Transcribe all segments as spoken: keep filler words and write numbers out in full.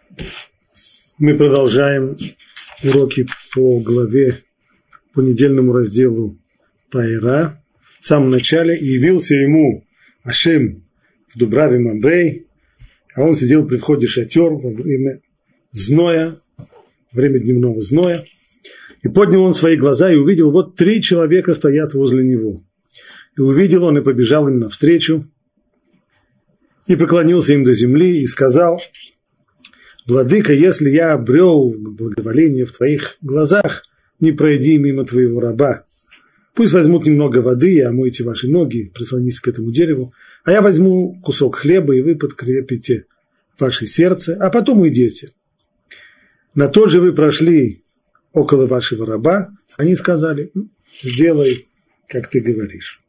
Мы продолжаем уроки по главе, по недельному разделу Ваэра. В самом начале явился ему Ашем в Дубраве Мамрей, а он сидел при входе в шатер во время зноя, во время дневного зноя. И поднял он свои глаза и увидел, вот три человека стоят возле него. И увидел он и побежал им навстречу, и поклонился им до земли, и сказал: «Владыка, если я обрел благоволение в твоих глазах, не пройди мимо твоего раба. Пусть возьмут немного воды и омойте ваши ноги, прислонитесь к этому дереву, а я возьму кусок хлеба, и вы подкрепите ваше сердце, а потом уйдете. На то же вы прошли около вашего раба». Они сказали: «Сделай, как ты говоришь».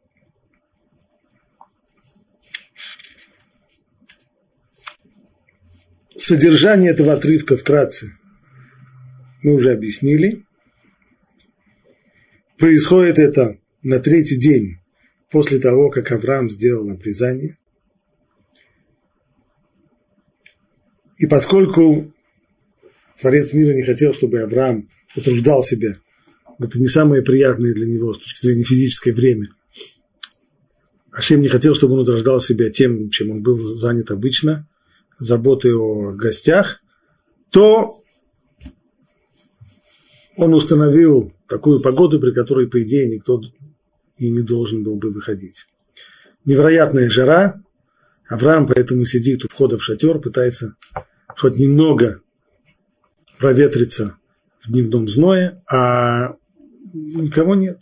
Содержание этого отрывка вкратце мы уже объяснили. Происходит это на третий день после того, как Авраам сделал обрезание. И поскольку Творец мира не хотел, чтобы Авраам утруждал себя, это не самое приятное для него с точки зрения физической время, Ашем не хотел, чтобы он утруждал себя тем, чем он был занят обычно, заботой о гостях, то он установил такую погоду, при которой, по идее, никто и не должен был бы выходить. Невероятная жара. Авраам поэтому сидит у входа в шатер, пытается хоть немного проветриться в дневном зное, а никого нет.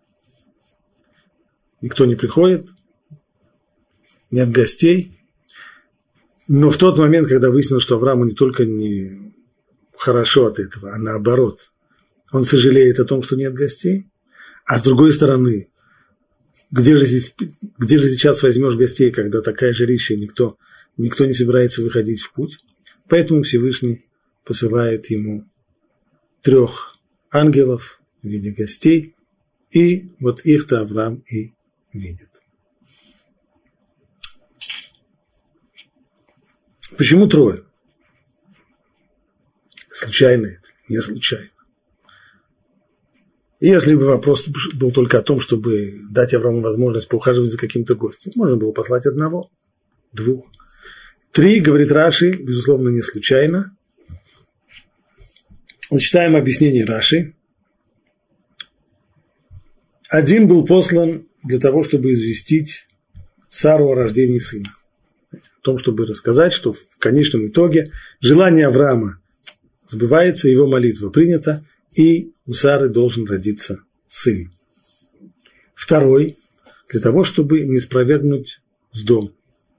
Никто не приходит, нет гостей. Но в тот момент, когда выяснилось, что Аврааму не только не хорошо от этого, а наоборот, он сожалеет о том, что нет гостей, а с другой стороны, где же, здесь, где же сейчас возьмешь гостей, когда такая жарища, и никто, никто не собирается выходить в путь? Поэтому Всевышний посылает ему трех ангелов в виде гостей, и вот их-то Авраам и видит. Почему трое? Случайно это, не случайно. Если бы вопрос был только о том, чтобы дать Аврааму возможность поухаживать за каким-то гостем, можно было послать одного, двух. Три, говорит Раши, безусловно, не случайно. Зачитаем объяснение Раши. Один был послан для того, чтобы известить Сару о рождении сына. О том, чтобы рассказать, что в конечном итоге желание Авраама сбывается, его молитва принята, и у Сары должен родиться сын. Второй, для того, чтобы не спровергнуть Сдом.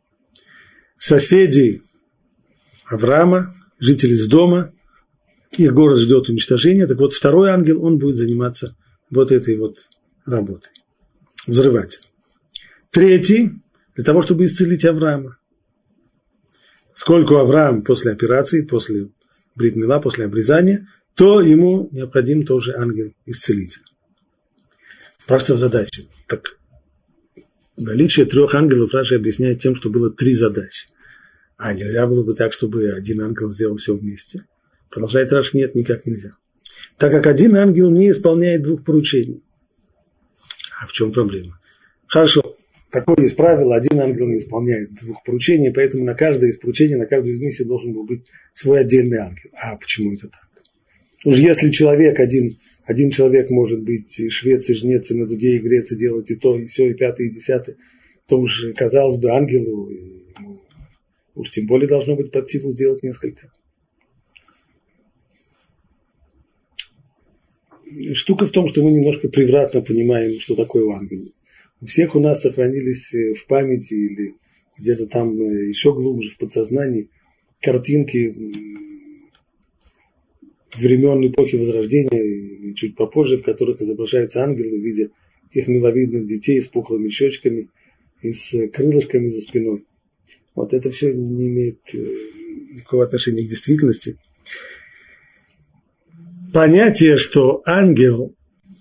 Соседи Авраама, жители Сдома, их город ждет уничтожения, так вот второй ангел, он будет заниматься вот этой вот работой, взрывать. Третий, для того, чтобы исцелить Авраама. Сколько Авраам после операции, после брит мила, после обрезания, то ему необходим тоже ангел-исцелитель. Спрашивается задача. Так наличие трех ангелов Раши объясняет тем, что было три задачи. А нельзя было бы так, чтобы один ангел сделал все вместе? Продолжает Раши: нет, никак нельзя. Так как один ангел не исполняет двух поручений. А в чем проблема? Хорошо. Такое есть правило, один ангел не исполняет двух поручений, поэтому на каждое из поручений, на каждую из миссий должен был быть свой отдельный ангел. А почему это так? Уж если человек, один, один человек может быть и швец, и жнец, и на дуде, и грец, и делать и то, и все, и пятое, и десятое, то уж, казалось бы, ангелу, ему, уж тем более должно быть под силу сделать несколько. Штука в том, что мы немножко превратно понимаем, что такое ангел. У всех у нас сохранились в памяти или где-то там еще глубже в подсознании картинки времен эпохи Возрождения и чуть попозже, в которых изображаются ангелы в виде их миловидных детей с пухлыми щечками и с крылышками за спиной. Вот это все не имеет никакого отношения к действительности. Понятие, что ангел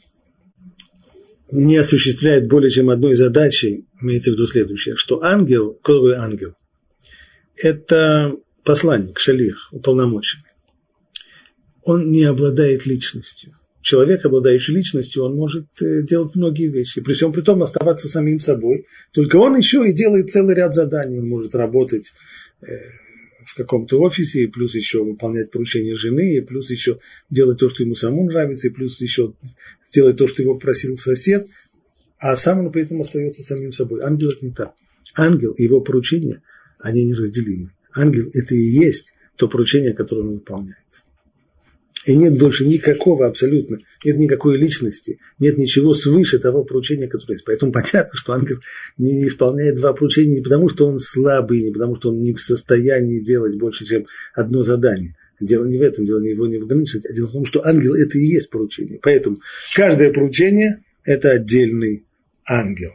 не осуществляет более чем одной задачи, имеется в виду следующее, что ангел, кто такой ангел? Это посланник, шалих, уполномоченный, он не обладает личностью. Человек, обладающий личностью, он может делать многие вещи, при всем при том оставаться самим собой. Только он еще и делает целый ряд заданий. Он может работать в каком-то офисе, и плюс еще выполнять поручения жены, и плюс еще делать то, что ему самому нравится, и плюс еще делать то, что его просил сосед, а сам он при этом остается самим собой. Ангел – это не так. Ангел и его поручения, они неразделимы. Ангел – это и есть то поручение, которое он выполняет. И нет больше никакого абсолютно, нет никакой личности, нет ничего свыше того поручения, которое есть. Поэтому понятно, что ангел не исполняет два поручения не потому, что он слабый, не потому, что он не в состоянии делать больше, чем одно задание. Дело не в этом, дело не его не в ограничивать, а дело в том, что ангел – это и есть поручение. Поэтому каждое поручение – это отдельный ангел.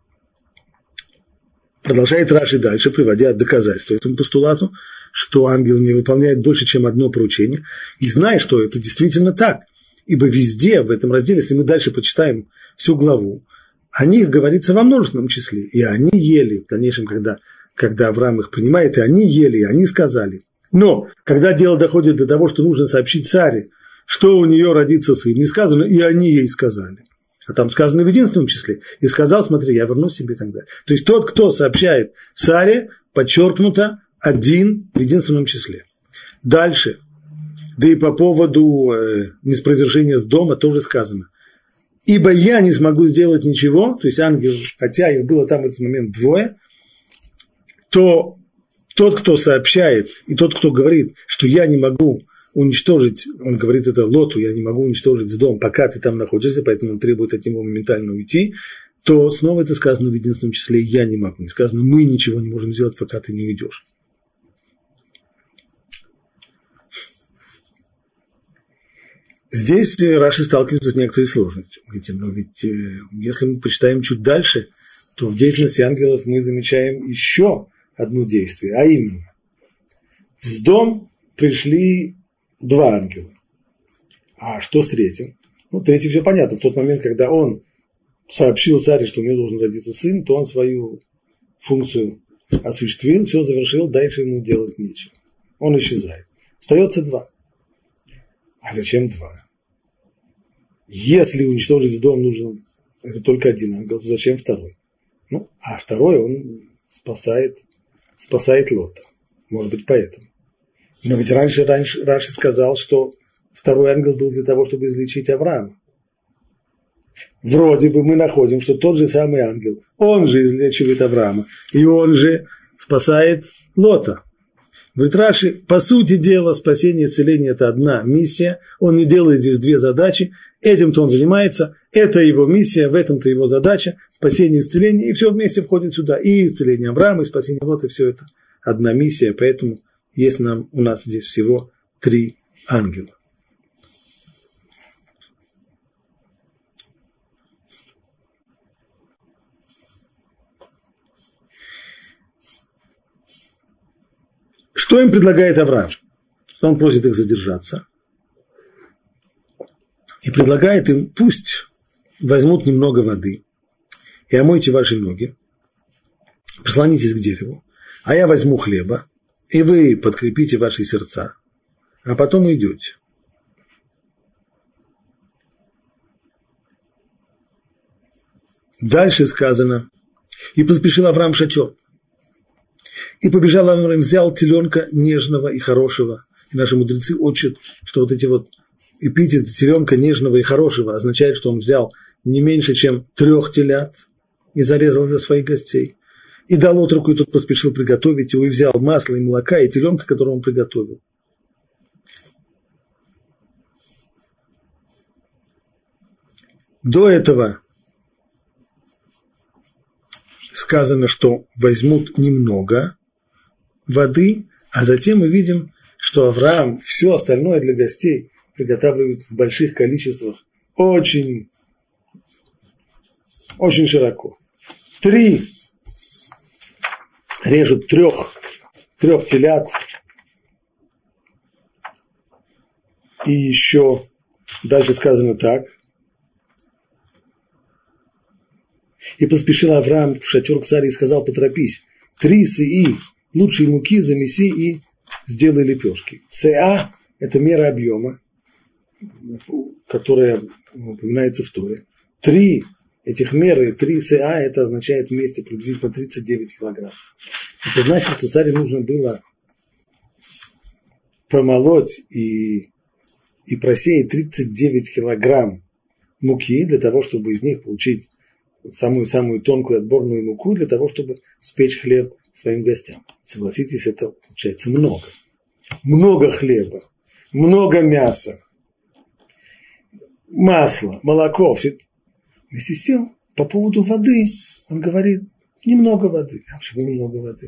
Продолжает Раши дальше, приводя доказательства этому постулату, что ангел не выполняет больше, чем одно поручение, и зная, что это действительно так, ибо везде в этом разделе, если мы дальше почитаем всю главу, о них говорится во множественном числе, и они ели, в дальнейшем, когда, когда Авраам их принимает, и они ели, и они сказали. Но, когда дело доходит до того, что нужно сообщить царе, что у нее родится сын, не сказано, и они ей сказали. А там сказано в единственном числе. И сказал, смотри, я верну себе тогда. То есть тот, кто сообщает царе, подчеркнуто, один в единственном числе. Дальше. Да и по поводу э, неспровержения с дома тоже сказано. Ибо я не смогу сделать ничего, то есть ангел, хотя их было там в этот момент двое, то тот, кто сообщает, и тот, кто говорит, что я не могу уничтожить, он говорит это Лоту, я не могу уничтожить с дом, пока ты там находишься, поэтому он требует от него моментально уйти, то снова это сказано в единственном числе «я не могу». Не сказано «мы ничего не можем сделать, пока ты не уйдешь». Здесь Раши сталкивается с некоторой сложностью. Но ведь если мы почитаем чуть дальше, то в деятельности ангелов мы замечаем еще одно действие, а именно в Сдом пришли два ангела. А что с третьим? Ну, третий все понятно. В тот момент, когда он сообщил царю, что у него должен родиться сын, то он свою функцию осуществил, все завершил, дальше ему делать нечего. Он исчезает. Остается два. А зачем два? Если уничтожить дом нужно, это только один ангел, то зачем второй? Ну, а второй он спасает, спасает Лота. Может быть, поэтому. Но ведь раньше, раньше Раши сказал, что второй ангел был для того, чтобы излечить Авраама. Вроде бы мы находим, что тот же самый ангел, он же излечивает Авраама, и он же спасает Лота. Говорит Раши, по сути дела, спасение и исцеление – это одна миссия, он не делает здесь две задачи, этим-то он занимается, это его миссия, в этом-то его задача, спасение и исцеление, и все вместе входит сюда, и исцеление Авраама, и спасение Лота, все это одна миссия, поэтому есть нам, у нас здесь всего три ангела. Что им предлагает Авраам? Что он просит их задержаться. И предлагает им, пусть возьмут немного воды и омойте ваши ноги, прислонитесь к дереву, а я возьму хлеба, и вы подкрепите ваши сердца, а потом идете. Дальше сказано, и поспешил Авраам в шатер. И побежал Авраам, взял теленка нежного и хорошего. И наши мудрецы учат, что вот эти вот эпитеты теленка нежного и хорошего означает, что он взял не меньше, чем трех телят и зарезал для своих гостей. И дал отроку, и тот поспешил приготовить его, и взял масло и молока, и теленка, которого он приготовил. До этого сказано, что возьмут немного воды, а затем мы видим, что Авраам все остальное для гостей приготавливает в больших количествах, очень, очень широко. Три режут трех, трех телят, и еще дальше сказано так. И поспешил Авраам в шатер к царю и сказал: поторопись, три сии лучшей муки замеси и сделай лепешки. ЦА – это мера объема, которая упоминается в Торе. Три этих меры, три ЦА, это означает вместе приблизительно тридцать девять килограмм. Это значит, что царю нужно было помолоть и, и просеять тридцать девять килограмм муки для того, чтобы из них получить самую-самую тонкую отборную муку, для того, чтобы спечь хлеб своим гостям. Согласитесь, это получается много. Много хлеба, много мяса, масла, молоко. Все. Вместе с тем, по поводу воды, он говорит, немного воды. А почему немного воды?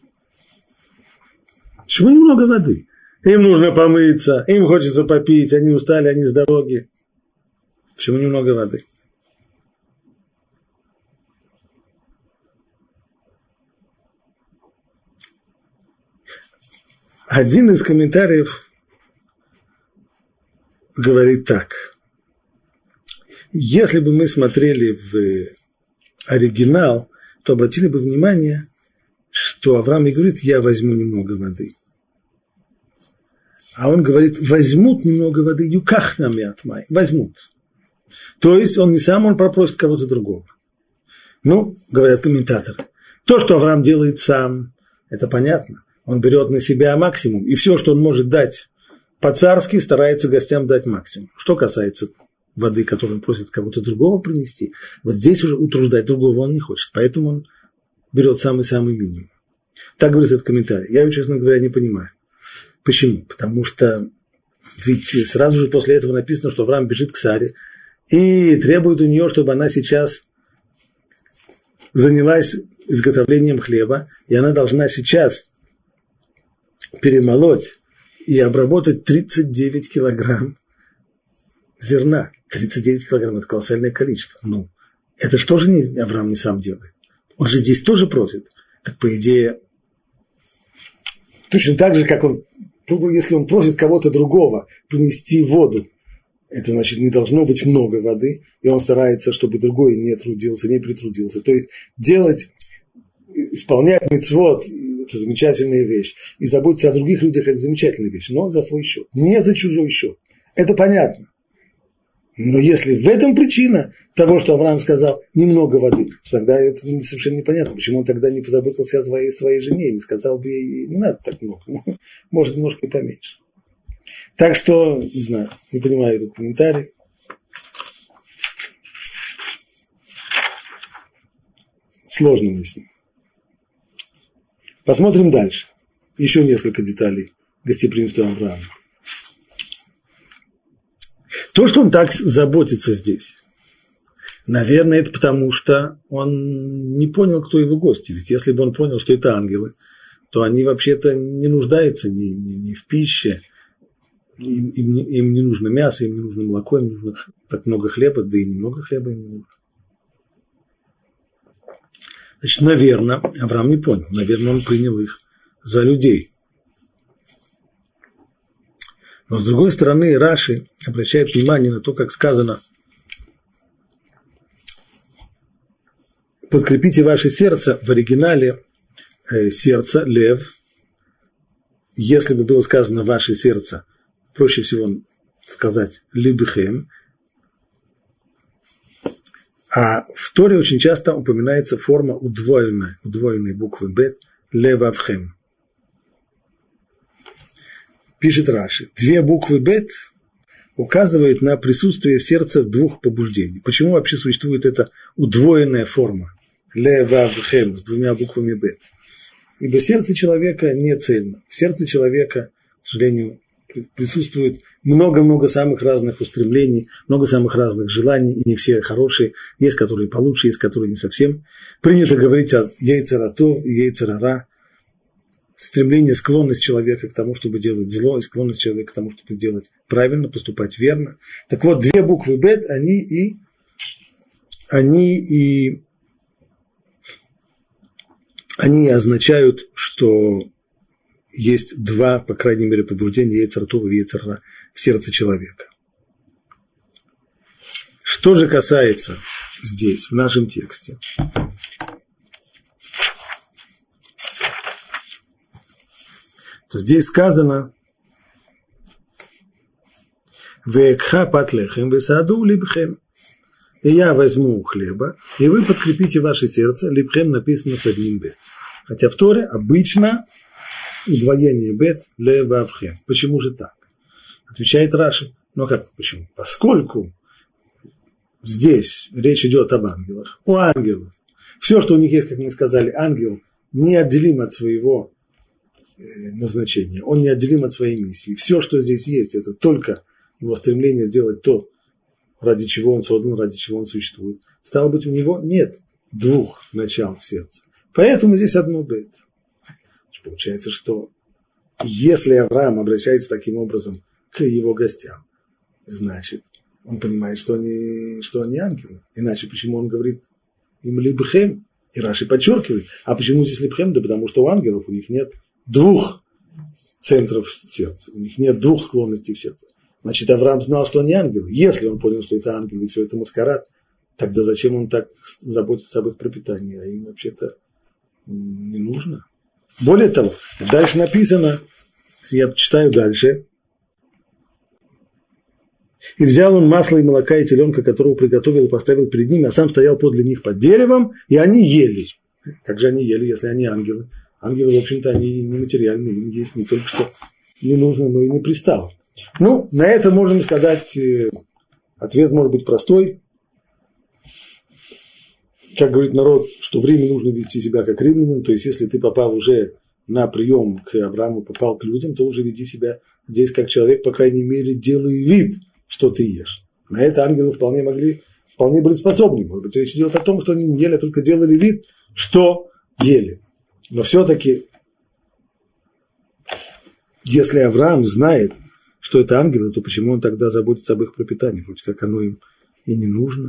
Почему немного воды? Им нужно помыться, им хочется попить, они устали, они с дороги. Почему немного воды? Один из комментариев говорит так. Если бы мы смотрели в оригинал, то обратили бы внимание, что Авраам не говорит, я возьму немного воды. А он говорит, возьмут немного воды, юках нам ятмай, возьмут. То есть он не сам, он попросит кого-то другого. Ну, говорят комментаторы, то, что Авраам делает сам, это понятно. Он берет на себя максимум, и все, что он может дать по-царски, старается гостям дать максимум. Что касается воды, которую он просит кого-то другого принести, вот здесь уже утруждать другого он не хочет, поэтому он берет самый-самый минимум. Так говорит этот комментарий. Я, честно говоря, не понимаю. Почему? Потому что ведь сразу же после этого написано, что Авраам бежит к Саре и требует у нее, чтобы она сейчас занялась изготовлением хлеба, и она должна сейчас перемолоть и обработать тридцать девять килограмм зерна. тридцать девять килограмм – это колоссальное количество. Ну, это что же не, Авраам не сам делает? Он же здесь тоже просит. Так, по идее, точно так же, как он, если он просит кого-то другого принести воду, это значит, не должно быть много воды, и он старается, чтобы другой не трудился, не притрудился. То есть делать, исполнять мицвот – это замечательная вещь. И заботиться о других людях – это замечательная вещь, но за свой счет, не за чужой счет. Это понятно. Но если в этом причина того, что Авраам сказал, немного воды, тогда это совершенно непонятно, почему он тогда не позаботился о своей, своей жене, не сказал бы ей, не надо так много, может, немножко и поменьше. Так что, не знаю, не понимаю этот комментарий. Сложно мне с ним. Посмотрим дальше. Еще несколько деталей гостеприимства Авраама. То, что он так заботится здесь, наверное, это потому, что он не понял, кто его гости. Ведь если бы он понял, что это ангелы, то они вообще-то не нуждаются ни, ни, ни в пище, им, им, им не нужно мясо, им не нужно молоко, им не нужно так много хлеба, да и немного хлеба им не нужно. Значит, наверное, Авраам не понял, наверное, он принял их за людей. Но, с другой стороны, Раши обращает внимание на то, как сказано: подкрепите ваше сердце, в оригинале э, сердце, лев. Если бы было сказано ваше сердце, проще всего сказать либхем. А в Торе очень часто упоминается форма удвоенная, удвоенной буквы бет, левавхем. Пишет Раши, две буквы бет указывают на присутствие в сердце двух побуждений. Почему вообще существует эта удвоенная форма левавхем с двумя буквами бет? Ибо сердце человека не цельно. В сердце человека, к сожалению, присутствует много-много самых разных устремлений, много самых разных желаний, и не все хорошие. Есть, которые получше, есть, которые не совсем. Принято говорить о яйцератов и яйцерара. Стремление, склонность человека к тому, чтобы делать зло, и склонность человека к тому, чтобы делать правильно, поступать верно. Так вот, две буквы бет, они и, они и, они означают, что есть два, по крайней мере, побуждения яйцератов и яйцерара в сердце человека. Что же касается здесь, в нашем тексте, то что здесь сказано «Веекха патлехем весааду либхем». И я возьму хлеба, и вы подкрепите ваше сердце. Либхем написано с одним бет. Хотя в Торе обычно удвоение бет левавхем. Почему же так? Отвечает Раши. Ну как почему? Поскольку здесь речь идет об ангелах. У ангелов все, что у них есть, как мы сказали, ангел неотделим от своего назначения. Он неотделим от своей миссии. Все, что здесь есть, это только его стремление сделать то, ради чего он создан, ради чего он существует. Стало быть, у него нет двух начал в сердце. Поэтому здесь одно бет. Получается, что если Авраам обращается таким образом к его гостям, значит, он понимает, что они, что они ангелы. Иначе почему он говорит им либхем? И Раши подчеркивает. А почему здесь либхем? Да потому что у ангелов у них нет двух центров сердца. У них нет двух склонностей в сердце. Значит, Авраам знал, что они ангелы. Если он понял, что это ангелы, и все это маскарад, тогда зачем он так заботится об их пропитании? А им вообще-то не нужно. Более того, дальше написано, я читаю дальше. И взял он масло и молока и теленка, которого приготовил и поставил перед ними, а сам стоял подле них под деревом, и они ели. Как же они ели, если они ангелы? Ангелы, в общем-то, они нематериальные, им есть не только что не нужно, но и не пристало. Ну, на это можем сказать, ответ может быть простой. Как говорит народ, что в Риме нужно вести себя как римлянин, то есть если ты попал уже на прием к Аврааму, попал к людям, то уже веди себя здесь как человек, по крайней мере, делай вид, что ты ешь. На это ангелы вполне могли, вполне были способны. Может быть, речь идет о том, что они не ели, а только делали вид, что ели. Но все-таки, если Авраам знает, что это ангелы, то почему он тогда заботится об их пропитании? Вроде как оно им и не нужно.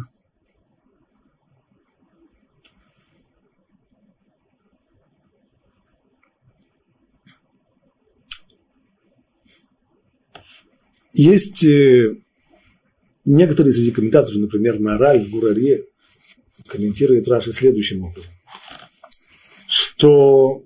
Есть некоторые среди комментаторов, например, Маораль в Гур-Арье, комментирует Раши следующим образом, что,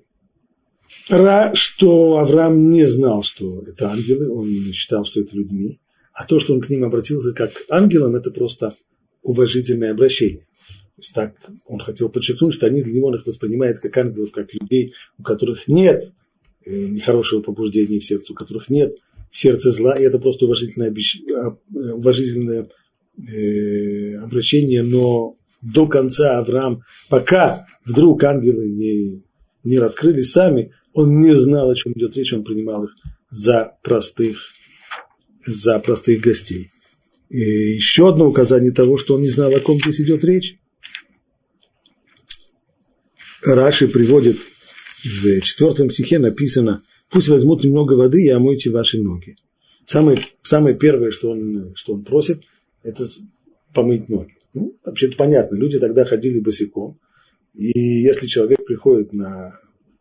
что Авраам не знал, что это ангелы, он считал, что это людьми, а то, что он к ним обратился как к ангелам, это просто уважительное обращение. То есть так он хотел подчеркнуть, что они для него их воспринимают как ангелов, как людей, у которых нет нехорошего побуждения в сердце, у которых нет в сердце зла, и это просто уважительное, обещ... уважительное э, обращение, но до конца Авраам, пока вдруг ангелы не, не раскрылись сами, он не знал, о чем идет речь, он принимал их за простых, за простых гостей. И еще одно указание того, что он не знал, о ком здесь идет речь. Раши приводит в четвертом стихе, написано: «Пусть возьмут немного воды и омойте ваши ноги». Самое, самое первое, что он, что он просит, это помыть ноги. Ну, вообще-то понятно, люди тогда ходили босиком, и если человек приходит на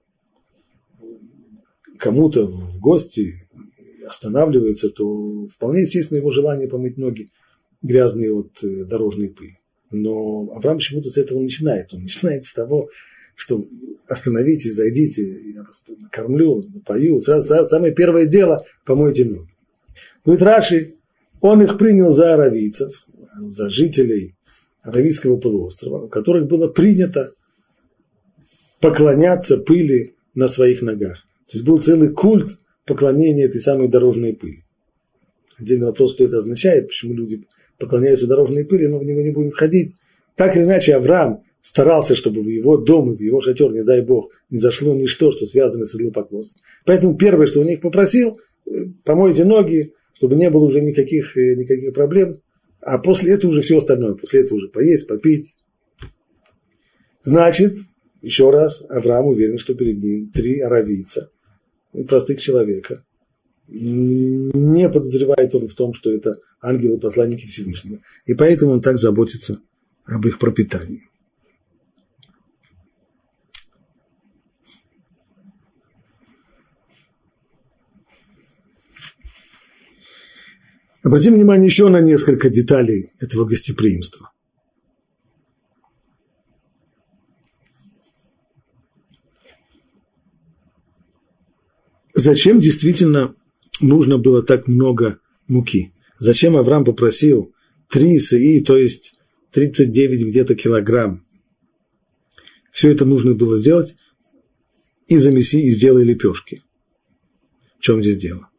кому-то в гости, останавливается, то вполне естественно его желание помыть ноги, грязные от дорожной пыли. Но Авраам почему-то с этого начинает. Он начинает с того, что остановитесь, зайдите, я вас накормлю, напою. Самое первое дело – помойте ноги. Говорит Раши, он их принял за аравийцев, за жителей Аравийского полуострова, у которых было принято поклоняться пыли на своих ногах. То есть был целый культ поклонения этой самой дорожной пыли. Отдельный вопрос, что это означает, почему люди поклоняются дорожной пыли, но в него не будем входить. Так или иначе, Авраам старался, чтобы в его дом и в его шатер, не дай Бог, не зашло ничто, что связано с идолопоклонством. Поэтому первое, что у них попросил, помойте ноги, чтобы не было уже никаких, никаких проблем. А после этого уже все остальное. После этого уже поесть, попить. Значит, еще раз, Авраам уверен, что перед ним три аравийца, простых человека. Не подозревает он в том, что это ангелы-посланники Всевышнего. И поэтому он так заботится об их пропитании. Обратим внимание еще на несколько деталей этого гостеприимства. зачем действительно нужно было так много муки? Зачем Авраам попросил три сеи, то есть тридцать девять где-то килограмм? Все это нужно было сделать, и замеси, и сделай лепешки. В чем здесь дело?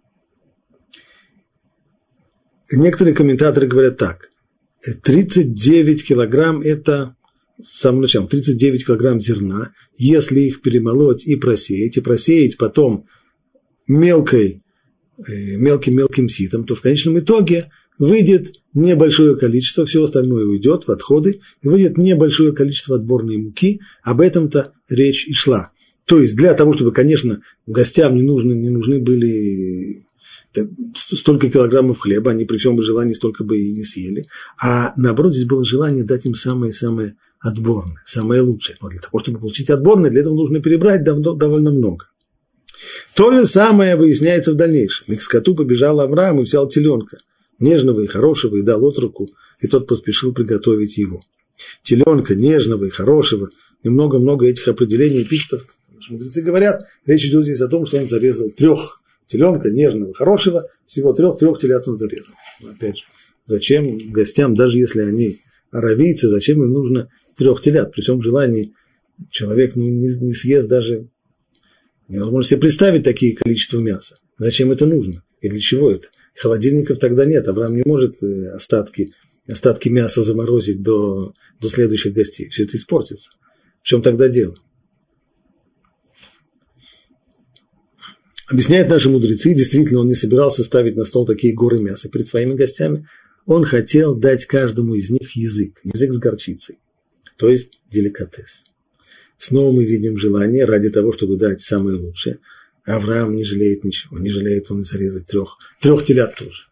Некоторые комментаторы говорят так. тридцать девять килограмм – это с самого начала, тридцать девять килограмм зерна. Если их перемолоть и просеять, и просеять потом мелкой, мелким-мелким ситом, то в конечном итоге выйдет небольшое количество, все остальное уйдет в отходы, и выйдет небольшое количество отборной муки. Об этом-то речь и шла. То есть для того, чтобы, конечно, гостям не нужны, не нужны были столько килограммов хлеба, они при всем желании столько бы и не съели, а наоборот здесь было желание дать им самое-самое отборное, самое лучшее. Но для того, чтобы получить отборное, для этого нужно перебрать довольно много. То же самое выясняется в дальнейшем. И к скоту побежал Авраам и взял теленка, нежного и хорошего, и дал отроку, и тот поспешил приготовить его. Теленка, нежного и хорошего, и много-много этих определений, эпитетов. Мудрецы говорят, речь идет здесь о том, что он зарезал трех теленка, нежного, хорошего, всего трех, трех телят он зарезал. Но опять же, зачем гостям, даже если они аравийцы, зачем им нужно трех телят? При всем желании человек ну, не, не съест даже, невозможно себе представить такие количества мяса. Зачем это нужно? И для чего это? Холодильников тогда нет, Авраам не может остатки, остатки мяса заморозить до, до следующих гостей. Все это испортится. В чем тогда дело? Объясняют наши мудрецы, действительно, он не собирался ставить на стол такие горы мяса перед своими гостями. Он хотел дать каждому из них язык, язык с горчицей, то есть деликатес. Снова мы видим желание ради того, чтобы дать самое лучшее. Авраам не жалеет ничего, не жалеет он и зарезать трех, трех телят тоже.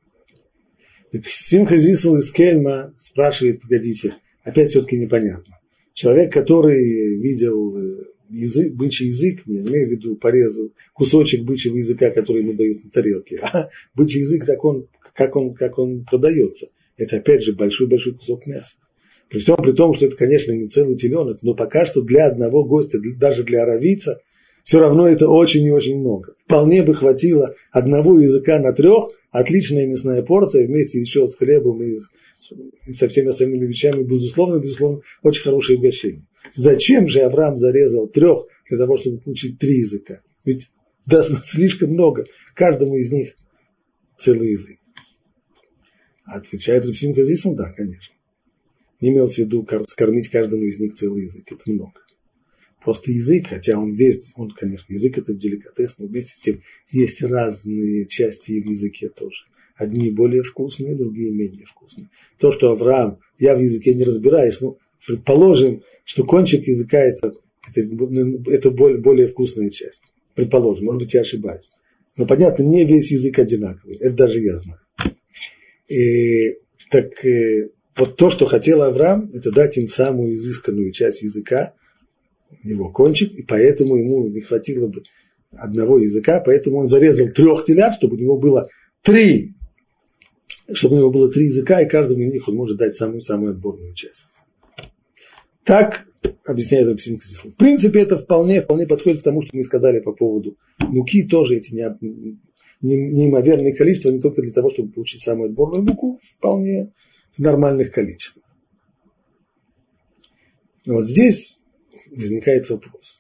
Симха Зисл из Кельма спрашивает, погодите, опять все-таки непонятно. Человек, который видел язык, бычий язык, не имею в виду порезал кусочек бычьего языка, который ему дают на тарелке, а бычий язык, так он, как, он, как он продается, это опять же большой-большой кусок мяса. При всем при том, что это, конечно, не целый теленок, но пока что для одного гостя, даже для аравийца, все равно это очень и очень много. Вполне бы хватило одного языка на трех, отличная мясная порция, вместе еще с хлебом и, с, и со всеми остальными вещами, безусловно, безусловно, очень хорошее угощение. Зачем же Авраам зарезал трех для того, чтобы получить три языка? Ведь да, слишком много, каждому из них целый язык. Отвечает Рав Симха Зисл, да, конечно. Не имелось в виду скормить каждому из них целый язык, это много. Просто язык, хотя он весь, он, конечно, язык это деликатес, но вместе с тем есть разные части в языке тоже. Одни более вкусные, другие менее вкусные. То, что Авраам, я в языке не разбираюсь, но предположим, что кончик языка это, это, это более, более вкусная часть. Предположим, может быть, я ошибаюсь. Но понятно, не весь язык одинаковый, это даже я знаю. И, так вот то, что хотел Авраам, это дать им самую изысканную часть языка, его кончик, и поэтому ему не хватило бы одного языка, поэтому он зарезал трех телят, чтобы у него было три, чтобы у него было три языка, и каждому из них он может дать самую-самую отборную часть. Так объясняет Рав Симха Зисл. В принципе, это вполне, вполне подходит к тому, что мы сказали по поводу муки, тоже эти неимоверные количества, не только для того, чтобы получить самую отборную муку, вполне в нормальных количествах. Вот здесь возникает вопрос.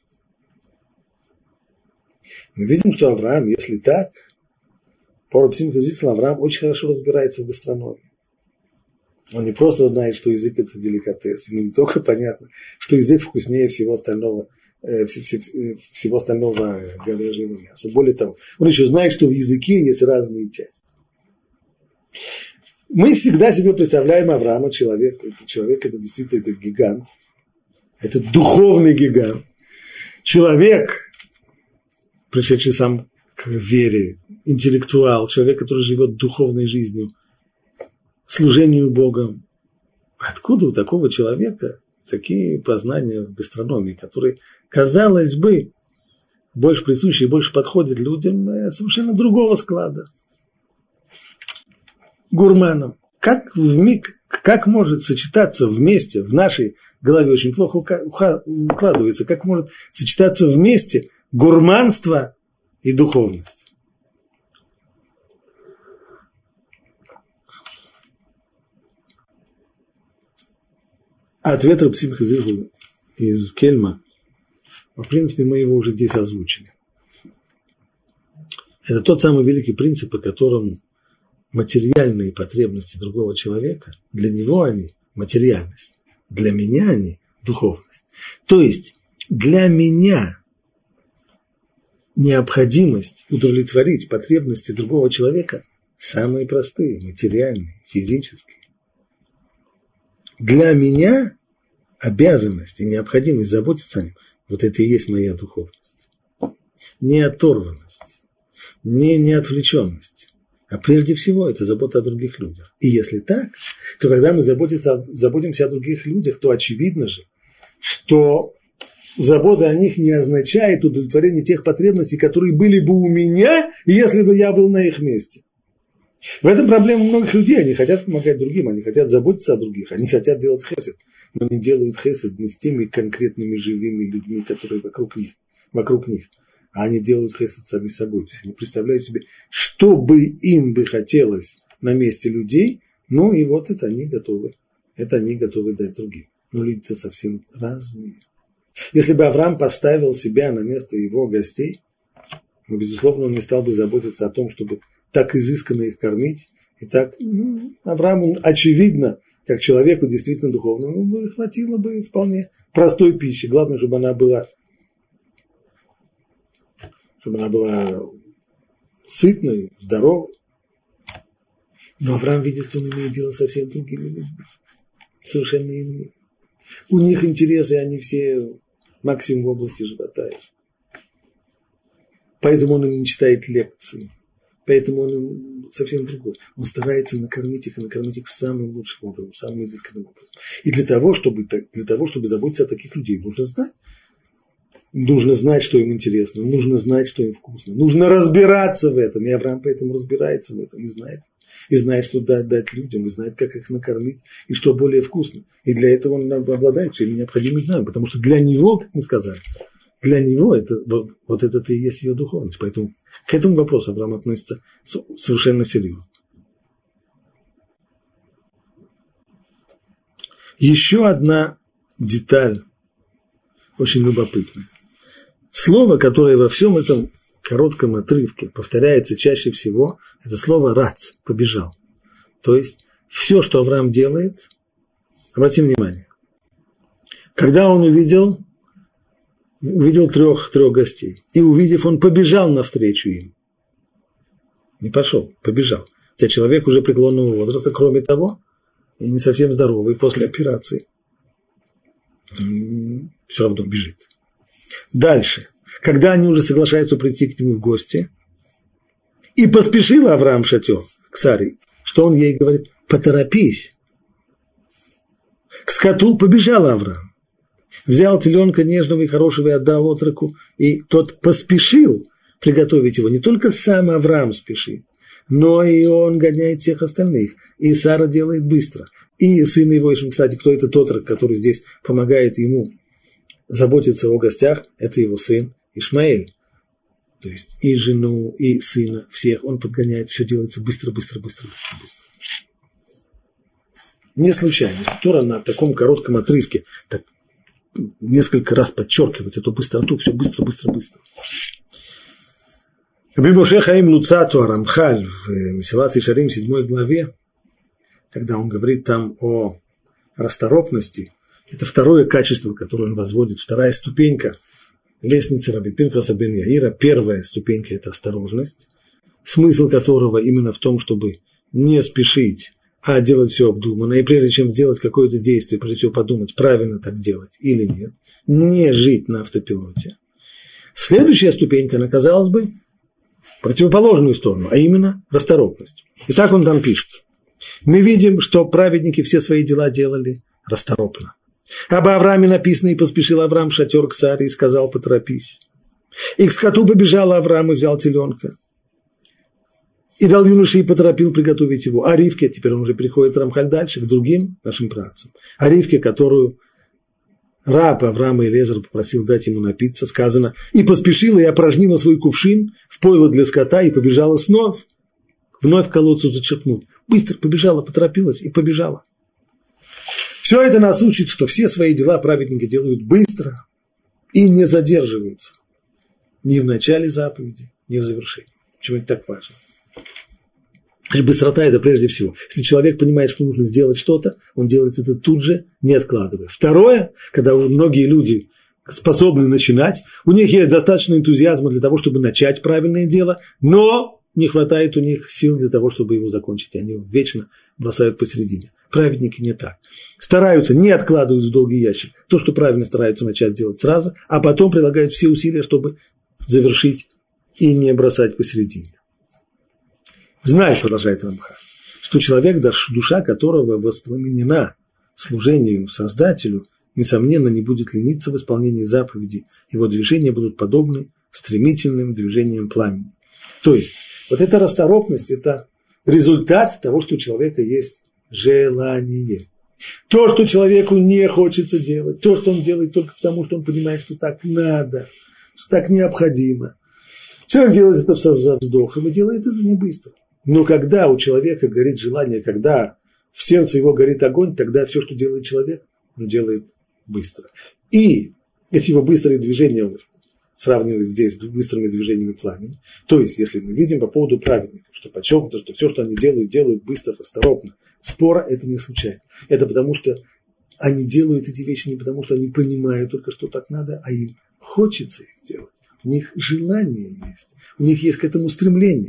Мы видим, что Авраам, если так, по Рав Симха Зисл, Авраам очень хорошо разбирается в гастрономии. Он не просто знает, что язык – это деликатес, ему не только понятно, что язык вкуснее всего остального, э, всего остального говяжьего мяса. Более того, он еще знает, что в языке есть разные части. Мы всегда себе представляем Авраама человек, это человек, это действительно это гигант, это духовный гигант, человек, пришедший сам к вере, интеллектуал, человек, который живет духовной жизнью, служению Богу. Откуда у такого человека такие познания в гастрономии, которые, казалось бы, больше присущи и больше подходят людям совершенно другого склада? Гурманам. Как, в миг, как может сочетаться вместе, в нашей голове очень плохо укладывается, как может сочетаться вместе гурманство и духовность. Ответ Рабби Симха Зильбера из Кельма, в принципе, мы его уже здесь озвучили. Это тот самый великий принцип, по которому материальные потребности другого человека, для него они материальность, для меня они духовность. То есть для меня необходимость удовлетворить потребности другого человека самые простые, материальные, физические. Для меня обязанность и необходимость заботиться о нем, вот это и есть моя духовность. Не оторванность, не неотвлеченность, а прежде всего это забота о других людях. И если так, то когда мы заботимся, заботимся о других людях, то очевидно же, что забота о них не означает удовлетворение тех потребностей, которые были бы у меня, если бы я был на их месте. В этом проблема многих людей. Они хотят помогать другим, они хотят заботиться о других, они хотят делать хесед, но не делают хесед не с теми конкретными живыми людьми, которые вокруг них, вокруг них, а они делают хесед сами собой. То есть они представляют себе, что бы им бы хотелось на месте людей, ну и вот это они готовы, это они готовы дать другим. Но люди-то совсем разные. Если бы Авраам поставил себя на место его гостей, ну, безусловно, он не стал бы заботиться о том, чтобы так изысканно их кормить. И так, ну, Аврааму, очевидно, как человеку действительно духовному, ну, хватило бы вполне простой пищи. Главное, чтобы она была, чтобы она была сытной, здоровой. Но Авраам видит, что он имеет дело со всеми другими людьми. Совершенно иные. У них интересы, они все максимум в области живота. Поэтому он им не читает лекции. Поэтому он совсем другой. Он старается накормить их и накормить их самым лучшим образом, самым изысканным образом. И для того, чтобы, для того, чтобы заботиться о таких людей, нужно знать. Нужно знать, что им интересно. Нужно знать, что им вкусно. Нужно разбираться в этом. И Авраам поэтому разбирается в этом и знает. И знает, что дать, дать людям, и знает, как их накормить, и что более вкусно. И для этого он обладает всеми необходимыми знаниями. Потому что для него, как мы сказали, для него это, вот, вот это-то и есть ее духовность. Поэтому к этому вопросу Авраам относится совершенно серьезно. Еще одна деталь, очень любопытная. Слово, которое во всем этом коротком отрывке повторяется чаще всего, это слово «рац», «побежал». То есть все, что Авраам делает, обратим внимание, когда он увидел, увидел трех, трех гостей, и увидев, он побежал навстречу им. Не пошел, побежал. Хотя человек уже преклонного возраста, кроме того, и не совсем здоровый после операции, все равно бежит. Дальше. Когда они уже соглашаются прийти к нему в гости, и поспешил Авраам в шатер к Саре, что он ей говорит? Поторопись. К скоту побежал Авраам. Взял теленка нежного и хорошего и отдал отроку, и тот поспешил приготовить его. Не только сам Авраам спешит, но и он гоняет всех остальных. И Сара делает быстро. И сын его, кстати, кто этот отрок, который здесь помогает ему заботиться о гостях, это его сын Ишмаэль. То есть и жену, и сына, всех он подгоняет, все делается быстро, быстро, быстро, быстро, быстро. Не случайно, Тора на таком коротком отрывке так несколько раз подчеркивает эту быстроту, все быстро, быстро, быстро. Раби Моше Хаим Луцату Арамхаль в Месилат Ишарим седьмой главе, когда он говорит там о расторопности, это второе качество, которое он возводит, вторая ступенька лестницы Раби Пинхаса бен Яира. Первая ступенька – это осторожность, смысл которого именно в том, чтобы не спешить, а делать все обдуманно. И прежде чем сделать какое-то действие, прежде всего подумать, правильно так делать или нет, не жить на автопилоте. Следующая ступенька, она, казалось бы, противоположную сторону, а именно расторопность. И так он там пишет. Мы видим, что праведники все свои дела делали расторопно. Об Аврааме написано, и поспешил Авраам в шатер к Саре и сказал, поторопись. И к скоту побежал Авраам и взял теленка. И дал юноше и поторопил приготовить его. А Ривке, теперь он уже переходит Рамхаль дальше, к другим нашим працам. А Ривке, которую раб Авраама Элиэзер попросил дать ему напиться, сказано, и поспешила, и опорожнила свой кувшин в пойло для скота, и побежала снова, вновь к колодцу зачерпнуть. Быстро побежала, поторопилась и побежала. Все это нас учит, что все свои дела праведники делают быстро и не задерживаются. Ни в начале заповеди, ни в завершении. Почему это так важно? Быстрота – это прежде всего. Если человек понимает, что нужно сделать что-то, он делает это тут же, не откладывая. Второе, когда многие люди способны начинать, у них есть достаточно энтузиазма для того, чтобы начать правильное дело, но не хватает у них сил для того, чтобы его закончить. Они его вечно бросают посередине. Праведники не так. Стараются, не откладывают в долгий ящик то, что правильно стараются начать делать сразу, а потом прилагают все усилия, чтобы завершить и не бросать посередине. Знай, продолжает Рамхаль, что человек, душа которого воспламенена служению Создателю, несомненно, не будет лениться в исполнении заповедей. Его движения будут подобны стремительным движениям пламени. То есть, вот эта расторопность – это результат того, что у человека есть желание. То, что человеку не хочется делать, то, что он делает только потому, что он понимает, что так надо, что так необходимо. Человек делает это со вздохом и делает это не быстро. Но когда у человека горит желание, когда в сердце его горит огонь, тогда все, что делает человек, он делает быстро. И эти его быстрые движения он сравнивает здесь с быстрыми движениями пламени. То есть, если мы видим по поводу праведников, что подчеркнуто, что все, что они делают, делают быстро, расторопно. Спора это не случайно. Это потому, что они делают эти вещи не потому, что они понимают только, что так надо, а им хочется их делать. У них желание есть, у них есть к этому стремление.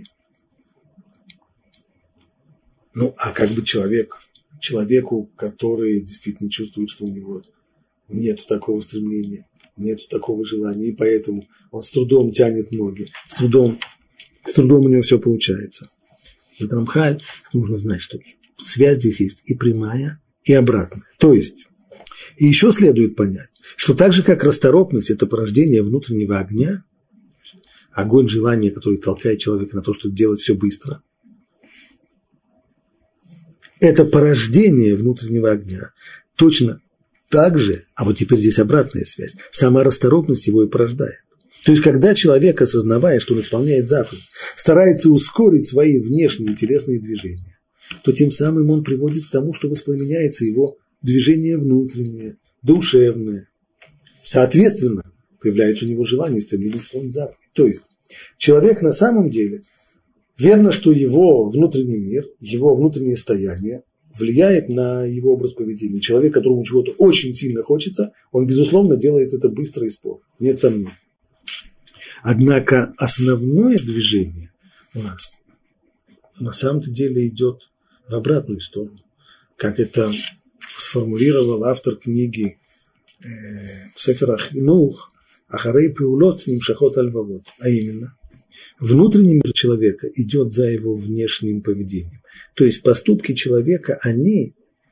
Ну, а как бы человек, человеку, который действительно чувствует, что у него нет такого стремления, нет такого желания, и поэтому он с трудом тянет ноги, с трудом, с трудом у него все получается. В Рамхаль нужно знать, что связь здесь есть и прямая, и обратная. То есть, и еще следует понять, что так же, как расторопность – это порождение внутреннего огня, огонь желания, который толкает человека на то, чтобы делать все быстро, это порождение внутреннего огня. Точно так же, а вот теперь здесь обратная связь, сама расторопность его и порождает. То есть, когда человек, осознавая, что он исполняет заповедь, старается ускорить свои внешние телесные движения, то тем самым он приводит к тому, что воспламеняется его движение внутреннее, душевное. Соответственно, появляется у него желание, стремление исполнить заповедь. То есть, человек на самом деле, верно, что его внутренний мир, его внутреннее состояние влияет на его образ поведения. Человек, которому чего-то очень сильно хочется, он, безусловно, делает это быстро и споро. Нет сомнений. Однако основное движение у нас на самом-то деле идет в обратную сторону. Как это сформулировал автор книги э, Сефер ха-Хинух Ахарей пеулот нимшахот аль-вавот. А именно, внутренний мир человека идет за его внешним поведением. То есть поступки человека, они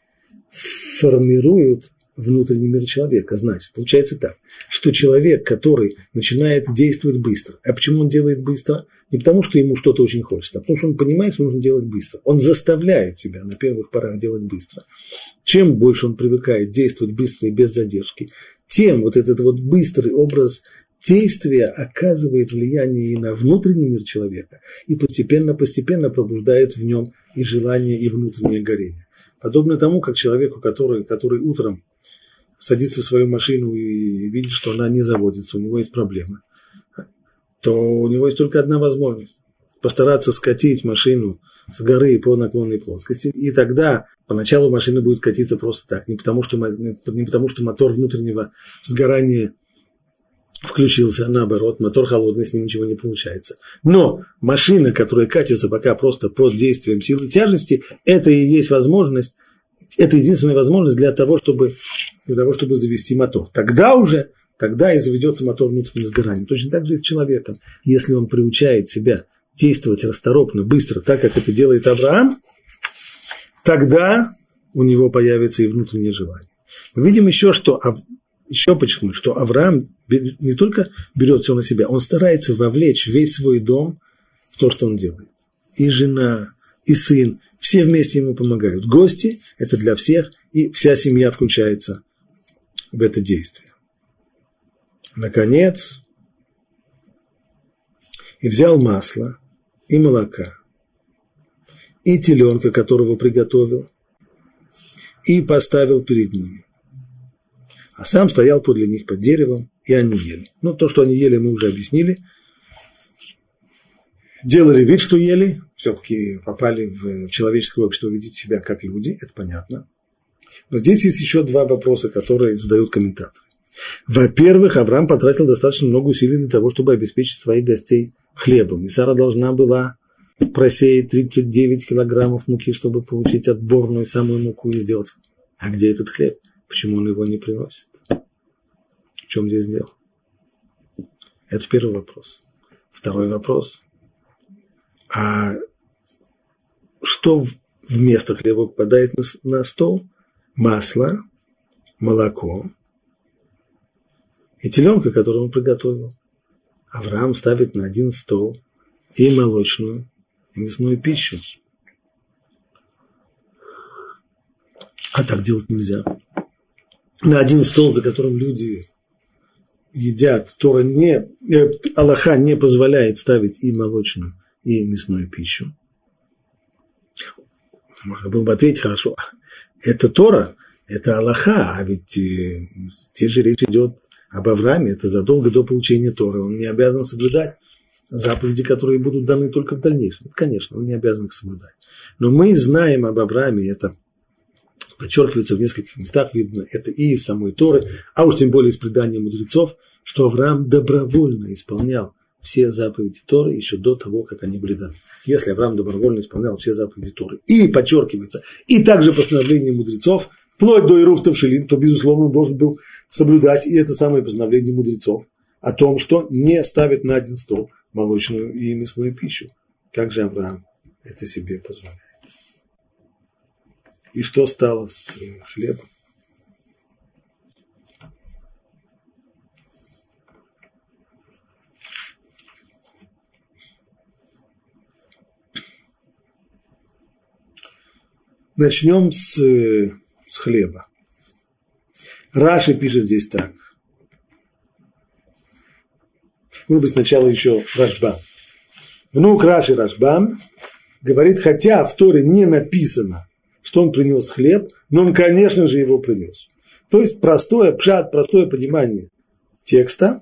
формируют внутренний мир человека. Значит, получается так, что человек, который начинает действовать быстро, а почему он делает быстро? Не потому, что ему что-то очень хочется, а потому, что он понимает, что нужно делать быстро. Он заставляет себя на первых порах делать быстро. Чем больше он привыкает действовать быстро и без задержки, тем вот этот вот быстрый образ действие оказывает влияние и на внутренний мир человека, и постепенно-постепенно пробуждает в нем и желание, и внутреннее горение. Подобно тому, как человеку, который, который утром садится в свою машину и видит, что она не заводится, у него есть проблема, то у него есть только одна возможность – постараться скатить машину с горы по наклонной плоскости, и тогда поначалу машина будет катиться просто так, не потому что, не потому, что мотор внутреннего сгорания включился, наоборот, мотор холодный, с ним ничего не получается. Но машина, которая катится пока просто под действием силы тяжести, это и есть возможность, это единственная возможность для того, чтобы, для того, чтобы завести мотор. Тогда уже, тогда и заведется мотор внутреннего сгорания. Точно так же и с человеком. Если он приучает себя действовать расторопно, быстро, так, как это делает Авраам, тогда у него появится и внутреннее желание. Мы видим еще, что... Еще подчеркнуть, что Авраам не только берет все на себя, он старается вовлечь весь свой дом в то, что он делает. И жена, и сын, все вместе ему помогают. Гости – это для всех, и вся семья включается в это действие. Наконец, и взял масло, и молока, и теленка, которого приготовил, и поставил перед ними. А сам стоял подле них под деревом, и они ели. Ну, то, что они ели, мы уже объяснили. Делали вид, что ели, все-таки попали в человеческое общество, ведите себя как люди, это понятно. Но здесь есть еще два вопроса, которые задают комментаторы. Во-первых, Авраам потратил достаточно много усилий для того, чтобы обеспечить своих гостей хлебом. И Сара должна была просеять тридцать девять килограммов муки, чтобы получить отборную самую муку и сделать. А где этот хлеб? Почему он его не приносит? В чем здесь дело? Это первый вопрос. Второй вопрос. А что вместо хлеба попадает на, на стол? Масло, молоко и теленка, которую он приготовил. Авраам ставит на один стол и молочную, и мясную пищу. А так делать нельзя. На один стол, за которым люди едят, Тора не, э, Аллаха не позволяет ставить и молочную, и мясную пищу. Можно было бы ответить, хорошо, это Тора, это Аллаха, а ведь э, здесь же речь идет об Аврааме, это задолго до получения Торы, он не обязан соблюдать заповеди, которые будут даны только в дальнейшем. Конечно, он не обязан их соблюдать. Но мы знаем об Аврааме, это подчеркивается в нескольких местах, видно, это и из самой Торы, а уж тем более из предания мудрецов, что Авраам добровольно исполнял все заповеди Торы еще до того, как они были даны. Если Авраам добровольно исполнял все заповеди Торы, и подчеркивается, и также постановление мудрецов, вплоть до Ирув Тавшилин, то, безусловно, он должен был соблюдать и это самое постановление мудрецов о том, что не ставит на один стол молочную и мясную пищу. Как же Авраам это себе позволяет? И что стало с хлебом? Начнем с, с хлеба. Раши пишет здесь так. Может быть, сначала еще Рашбам. Внук Раши Рашбам говорит, хотя в Торе не написано, что он принес хлеб, но он, конечно же, его принес. То есть простое, пшат, простое понимание текста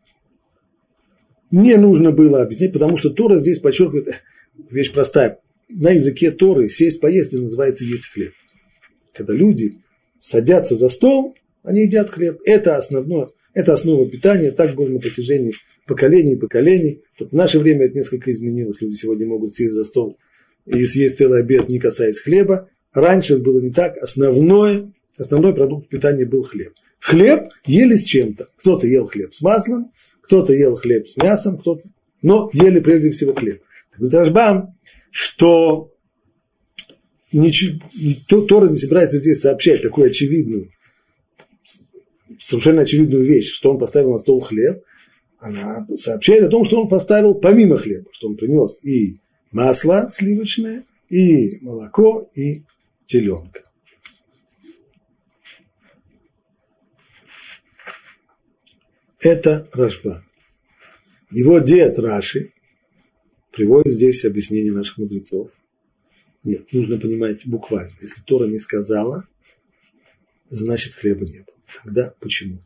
не нужно было объяснять, потому что Тора здесь подчеркивает, вещь простая, на языке Торы сесть поесть называется есть хлеб. Когда люди садятся за стол, они едят хлеб. Это основное, это основа питания, так было на протяжении поколений и поколений. Тут в наше время это несколько изменилось. Люди сегодня могут сесть за стол и съесть целый обед, не касаясь хлеба. Раньше это было не так. Основное, основной продукт питания был хлеб. Хлеб ели с чем-то. Кто-то ел хлеб с маслом, кто-то ел хлеб с мясом, кто-то, но ели прежде всего хлеб. Так вот Рашбам, что ничего, Тора не собирается здесь сообщать такую очевидную, совершенно очевидную вещь, что он поставил на стол хлеб. Она сообщает о том, что он поставил помимо хлеба, что он принес и масло сливочное, и молоко, и теленка. Это Рашбам. Его дед Раши приводит здесь объяснение наших мудрецов. Нет, нужно понимать буквально. Если Тора не сказала, значит хлеба не было. Тогда почему?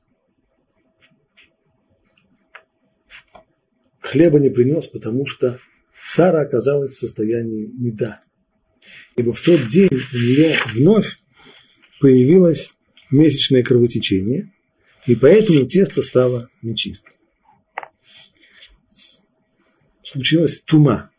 Хлеба не принес, потому что Сара оказалась в состоянии неда. Ибо в тот день у нее вновь появилось месячное кровотечение, и поэтому тесто стало нечистым. Случилась тума.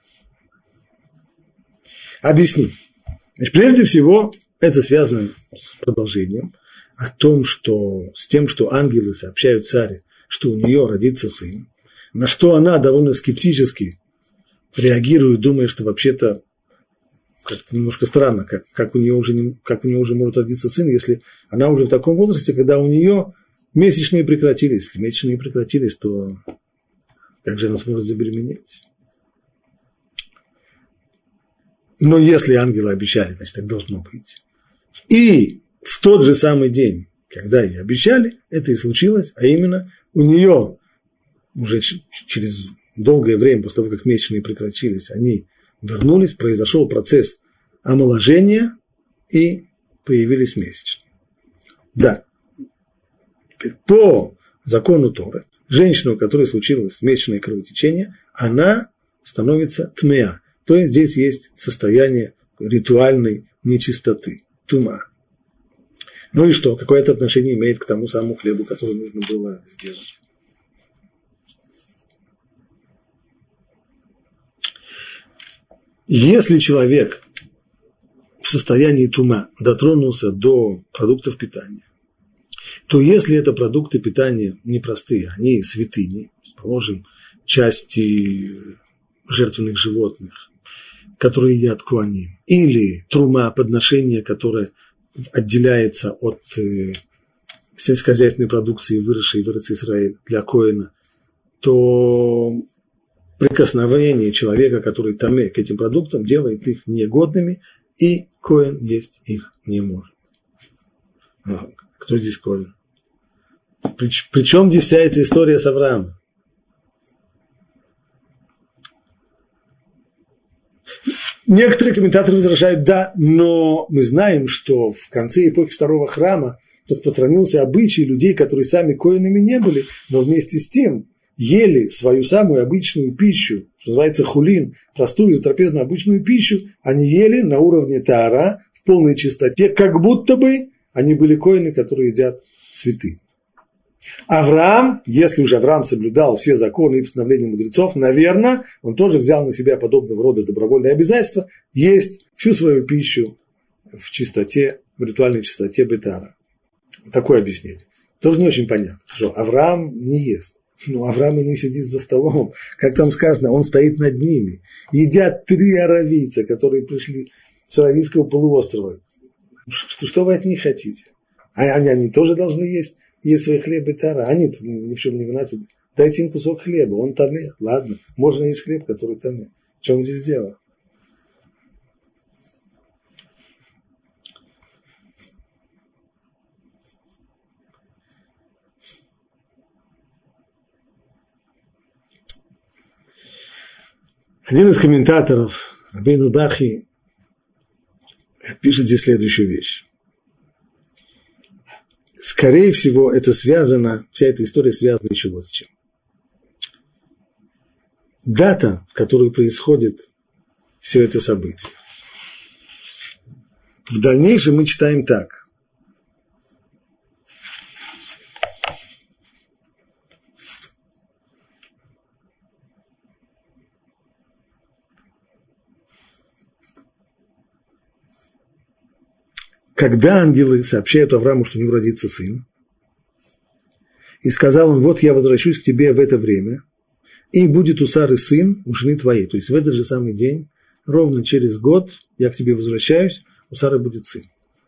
Объясним. Значит, прежде всего, это связано с продолжением о том, что с тем, что ангелы сообщают царе, что у нее родится сын, на что она довольно скептически реагирует, думая, что вообще-то как-то немножко странно, как, как, у нее уже не, как у нее уже может родиться сын, если она уже в таком возрасте, когда у нее месячные прекратились. Если месячные прекратились, то как же она сможет забеременеть? Но если ангелы обещали, значит, так должно быть. И в тот же самый день когда ей обещали, это и случилось, а именно у нее уже через долгое время, после того, как месячные прекратились, они вернулись, произошел процесс омоложения и появились месячные. Да, теперь по закону Торы, женщина, у которой случилось месячное кровотечение, она становится тмеа, то есть здесь есть состояние ритуальной нечистоты, тума. Ну и что, какое это отношение имеет к тому самому хлебу, который нужно было сделать? Если человек в состоянии тума дотронулся до продуктов питания, то если это продукты питания непростые, они святыни, положим, части жертвенных животных, которые едят коаним, или трума, подношение, которое отделяется от э, сельскохозяйственной продукции, выросшей в Эрец Исраэль для коэна, то прикосновение человека, который таме к этим продуктам, делает их негодными, и коэн есть их не может. А кто здесь коэн? Причем здесь вся эта история с Авраамом? Некоторые комментаторы возражают, да, но мы знаем, что в конце эпохи второго храма распространился обычай людей, которые сами коэнами не были, но вместе с тем ели свою самую обычную пищу, что называется хулин, простую затрапезную обычную пищу, они ели на уровне таара, в полной чистоте, как будто бы они были коэны, которые едят святыни. Авраам, если уже Авраам соблюдал все законы и постановления мудрецов, наверное, он тоже взял на себя подобного рода добровольные обязательства есть всю свою пищу в чистоте, в ритуальной чистоте бетара. Такое объяснение. Тоже не очень понятно. Хорошо, Авраам не ест. Но Авраам и не сидит за столом. Как там сказано, он стоит над ними. Едят три аравийца, которые пришли с Аравийского полуострова. Что, что вы от них хотите? А они, они тоже должны есть, есть свой хлеб и тара. Они-то ни в чем не виноваты. Дайте им кусок хлеба, он таме. Ладно, можно есть хлеб, который таме. В чем здесь дело? Один из комментаторов, Рабейну Бахи, пишет здесь следующую вещь. Скорее всего, это связано, вся эта история связана еще вот с чем. Дата, в которой происходит все это событие. В дальнейшем мы читаем так. Когда ангелы сообщают Аврааму, что у него родится сын, и сказал он, вот я возвращусь к тебе в это время, и будет у Сары сын, у жены твоей. То есть в этот же самый день, ровно через год, я к тебе возвращаюсь, у Сары будет сын.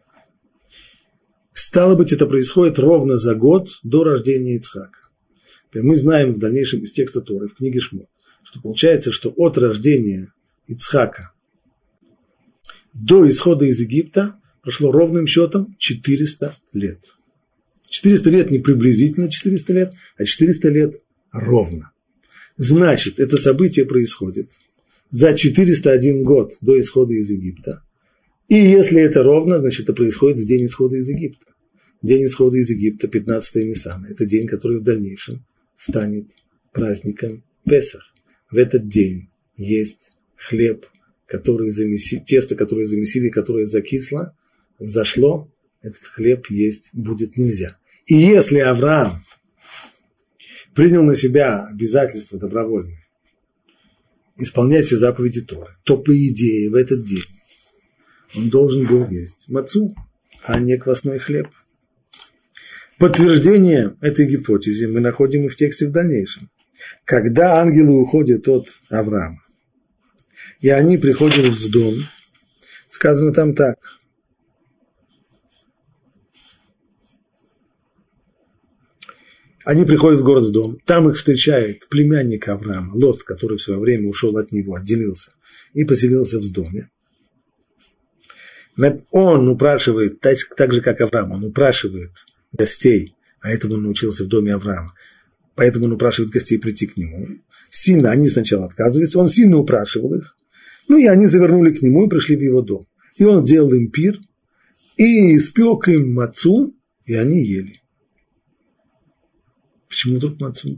Стало быть, это происходит ровно за год до рождения Ицхака. Мы знаем в дальнейшем из текста Торы, в книге Шмот, что получается, что от рождения Ицхака до исхода из Египта прошло ровным счетом четыреста лет. четыреста лет не приблизительно четыреста лет, а четыреста лет ровно. Значит, это событие происходит за четыреста один год до исхода из Египта. И если это ровно, значит, это происходит в день исхода из Египта. День исхода из Египта, пятнадцатое Ниссана. Это день, который в дальнейшем станет праздником Песах. В этот день есть хлеб, который замесили, тесто, которое замесили, которое закисло, взошло, этот хлеб есть будет нельзя. И если Авраам принял на себя обязательство добровольное исполнять все заповеди Торы, то, по идее, в этот день он должен был есть мацу, а не квасной хлеб. Подтверждение этой гипотезе мы находим и в тексте в дальнейшем. Когда ангелы уходят от Авраама, и они приходят в Сдом, сказано там так. Они приходят в город Сдом, там их встречает племянник Авраама, Лот, который в свое время ушел от него, отделился и поселился в Сдоме. Он упрашивает, так же как Авраам, он упрашивает гостей, а этому он научился в доме Авраама, поэтому он упрашивает гостей прийти к нему. Сильно они сначала отказываются, он сильно упрашивал их, ну и они завернули к нему и пришли в его дом. И он сделал им пир, и испек им мацу, и они ели. Почему тут мацу?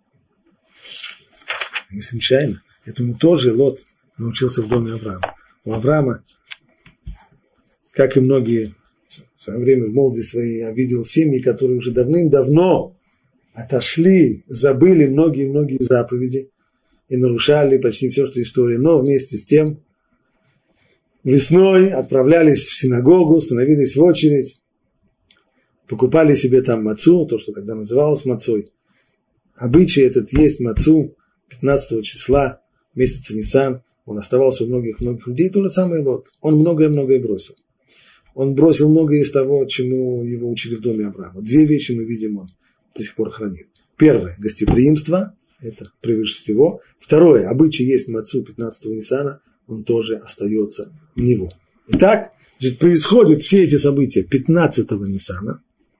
Не случайно. Этому тоже Лот научился в доме Авраама. У Авраама, как и многие в свое время в молодости своей, я видел семьи, которые уже давным-давно отошли, забыли многие-многие заповеди и нарушали почти все, что история. Но вместе с тем весной отправлялись в синагогу, становились в очередь, покупали себе там мацу, то, что тогда называлось мацой. Обычай этот есть мацу пятнадцатого числа месяца Нисан. Он оставался у многих-многих людей. То же самое Лот. Он многое-многое бросил. Он бросил многое из того, чему его учили в доме Авраама. Две вещи мы видим, он до сих пор хранит. Первое – гостеприимство. Это превыше всего. Второе – обычай есть мацу пятнадцатого Нисана. Он тоже остается у него. Итак, значит, происходят все эти события пятнадцатого Нисана.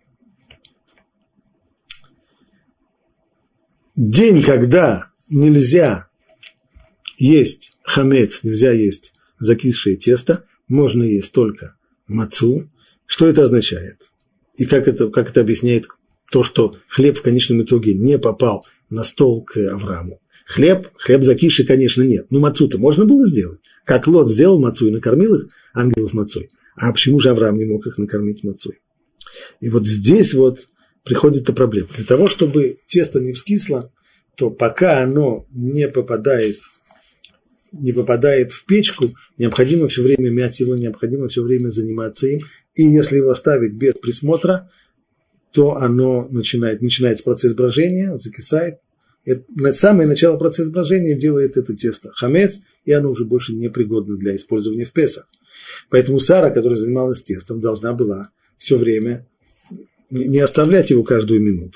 День, когда нельзя есть хамец, нельзя есть закисшее тесто, можно есть только мацу. Что это означает? И как это, как это объясняет то, что хлеб в конечном итоге не попал на стол к Аврааму? Хлеб, хлеб закисший, конечно, нет. Но мацу-то можно было сделать. Как Лот сделал мацу и накормил их, ангелов мацой. А почему же Авраам не мог их накормить мацой? И вот здесь вот приходит эта проблема. Для того, чтобы тесто не вскисло, то пока оно не попадает, не попадает в печку, необходимо все время мять его, необходимо все время заниматься им. И если его оставить без присмотра, то оно начинает, начинается процесс брожения, закисает. Это, самое начало процесса брожения делает это тесто хамец, и оно уже больше не пригодно для использования в Песах. Поэтому Сара, которая занималась тестом, должна была все время не оставлять его каждую минуту.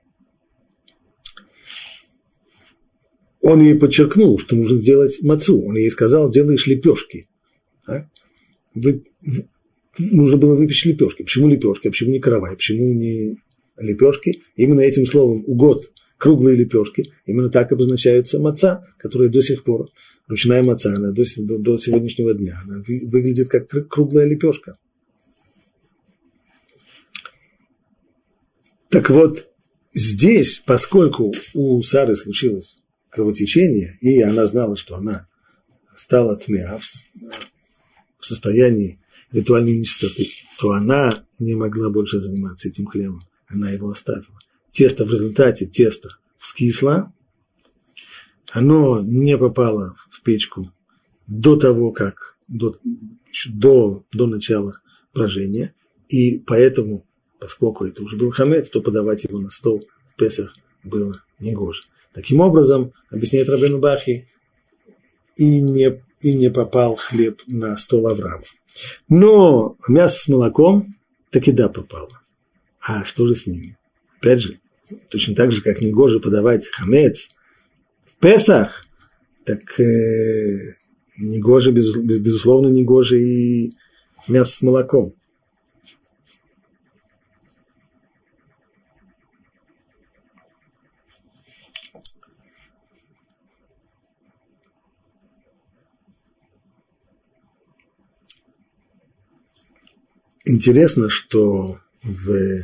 Он ей подчеркнул, что нужно сделать мацу. Он ей сказал, делаешь лепешки. Так? Вы, в, нужно было выпечь лепешки. Почему лепешки? А почему не каравай? Почему не лепешки? Именно этим словом угод, круглые лепешки, именно так обозначаются маца, которая до сих пор, ручная маца, она до, до, до сегодняшнего дня, она выглядит как круглая лепешка. Так вот, здесь, поскольку у Сары случилось кровотечение, и она знала, что она стала тмеа в состоянии ритуальной нечистоты, то она не могла больше заниматься этим хлебом. Она его оставила. Тесто в результате, тесто вскисло, оно не попало в печку до того, как, до, до, до начала брожения, и поэтому, поскольку это уже был хамец, то подавать его на стол в Песах было негоже. Таким образом, объясняет Рабейну Бахи, и не, и не попал хлеб на стол Авраама. Но мясо с молоком таки да попало. А что же с ними? Опять же, точно так же, как негоже подавать хамец в Песах, так э, негоже, без, безусловно, негоже и мясо с молоком. Интересно, что в,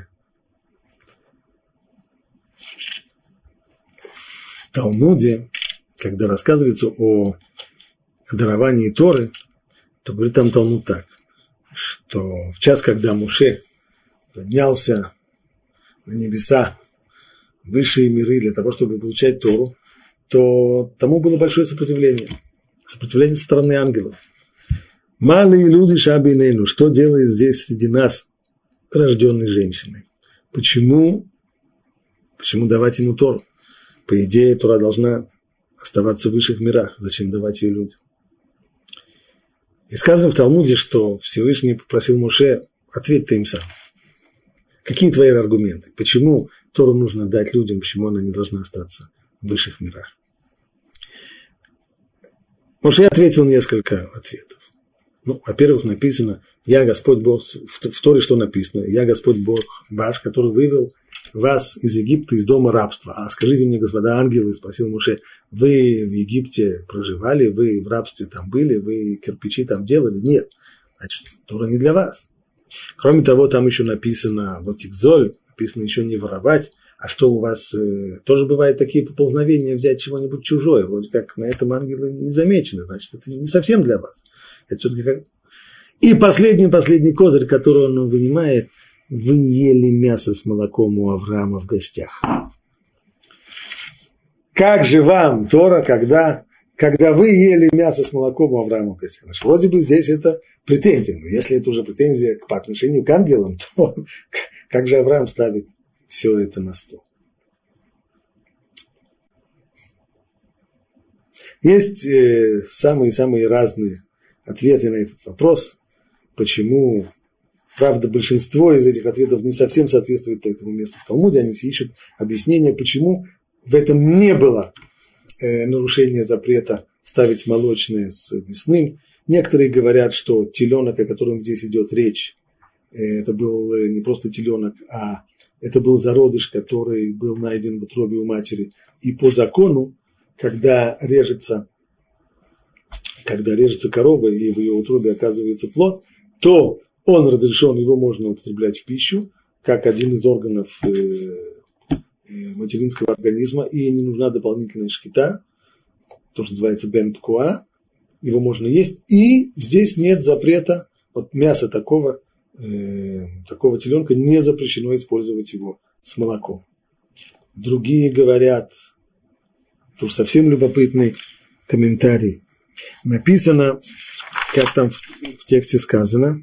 в Талмуде, когда рассказывается о даровании Торы, то говорит там Талмуд так, что в час, когда Моше поднялся на небеса, высшие миры для того, чтобы получать Тору, то тому было большое сопротивление. Сопротивление со стороны ангелов. Малые люди шабинейну, что делает здесь среди нас рожденной женщиной? Почему, почему давать ему Тору? По идее, Тора должна оставаться в высших мирах. Зачем давать ее людям? И сказано в Талмуде, что Всевышний попросил Моше, ответь ты им сам. Какие твои аргументы? Почему Тору нужно дать людям, почему она не должна остаться в высших мирах? Моше ответил несколько ответов. Ну, во-первых, написано, я Господь Бог, в Торе что написано? Я Господь Бог ваш, который вывел вас из Египта, из дома рабства. А скажите мне, господа ангелы, спросил Моше, вы в Египте проживали, вы в рабстве там были, вы кирпичи там делали? Нет. Значит, Тора не для вас. Кроме того, там еще написано лотикзоль, написано еще не воровать. А что у вас э, тоже бывают такие поползновения взять чего-нибудь чужое? Вроде как на этом ангелы не замечены, значит, это не совсем для вас. Это все-таки как... И последний, последний козырь, который он вынимает, вы ели мясо с молоком у Авраама в гостях. Как же вам, Тора, когда, когда вы ели мясо с молоком у Авраама в гостях? Значит, вроде бы здесь это претензия, но если это уже претензия по отношению к ангелам, то как же Авраам ставит все это на стол? Есть э, самые-самые разные ответы на этот вопрос, почему, правда, большинство из этих ответов не совсем соответствует этому месту в Талмуде, они все ищут объяснение, почему в этом не было э, нарушения запрета ставить молочное с мясным. Некоторые говорят, что теленок, о котором здесь идет речь, э, это был не просто теленок, а это был зародыш, который был найден в утробе у матери. И по закону, когда режется, когда режется корова, и в ее утробе оказывается плод, то он разрешен, его можно употреблять в пищу, как один из органов материнского организма, и не нужна дополнительная шкита, то, что называется бен пкуа, его можно есть, и здесь нет запрета, вот мясо такого, э, такого теленка не запрещено использовать его с молоком. Другие говорят, это уж совсем любопытный комментарий, написано, как там в, в тексте сказано,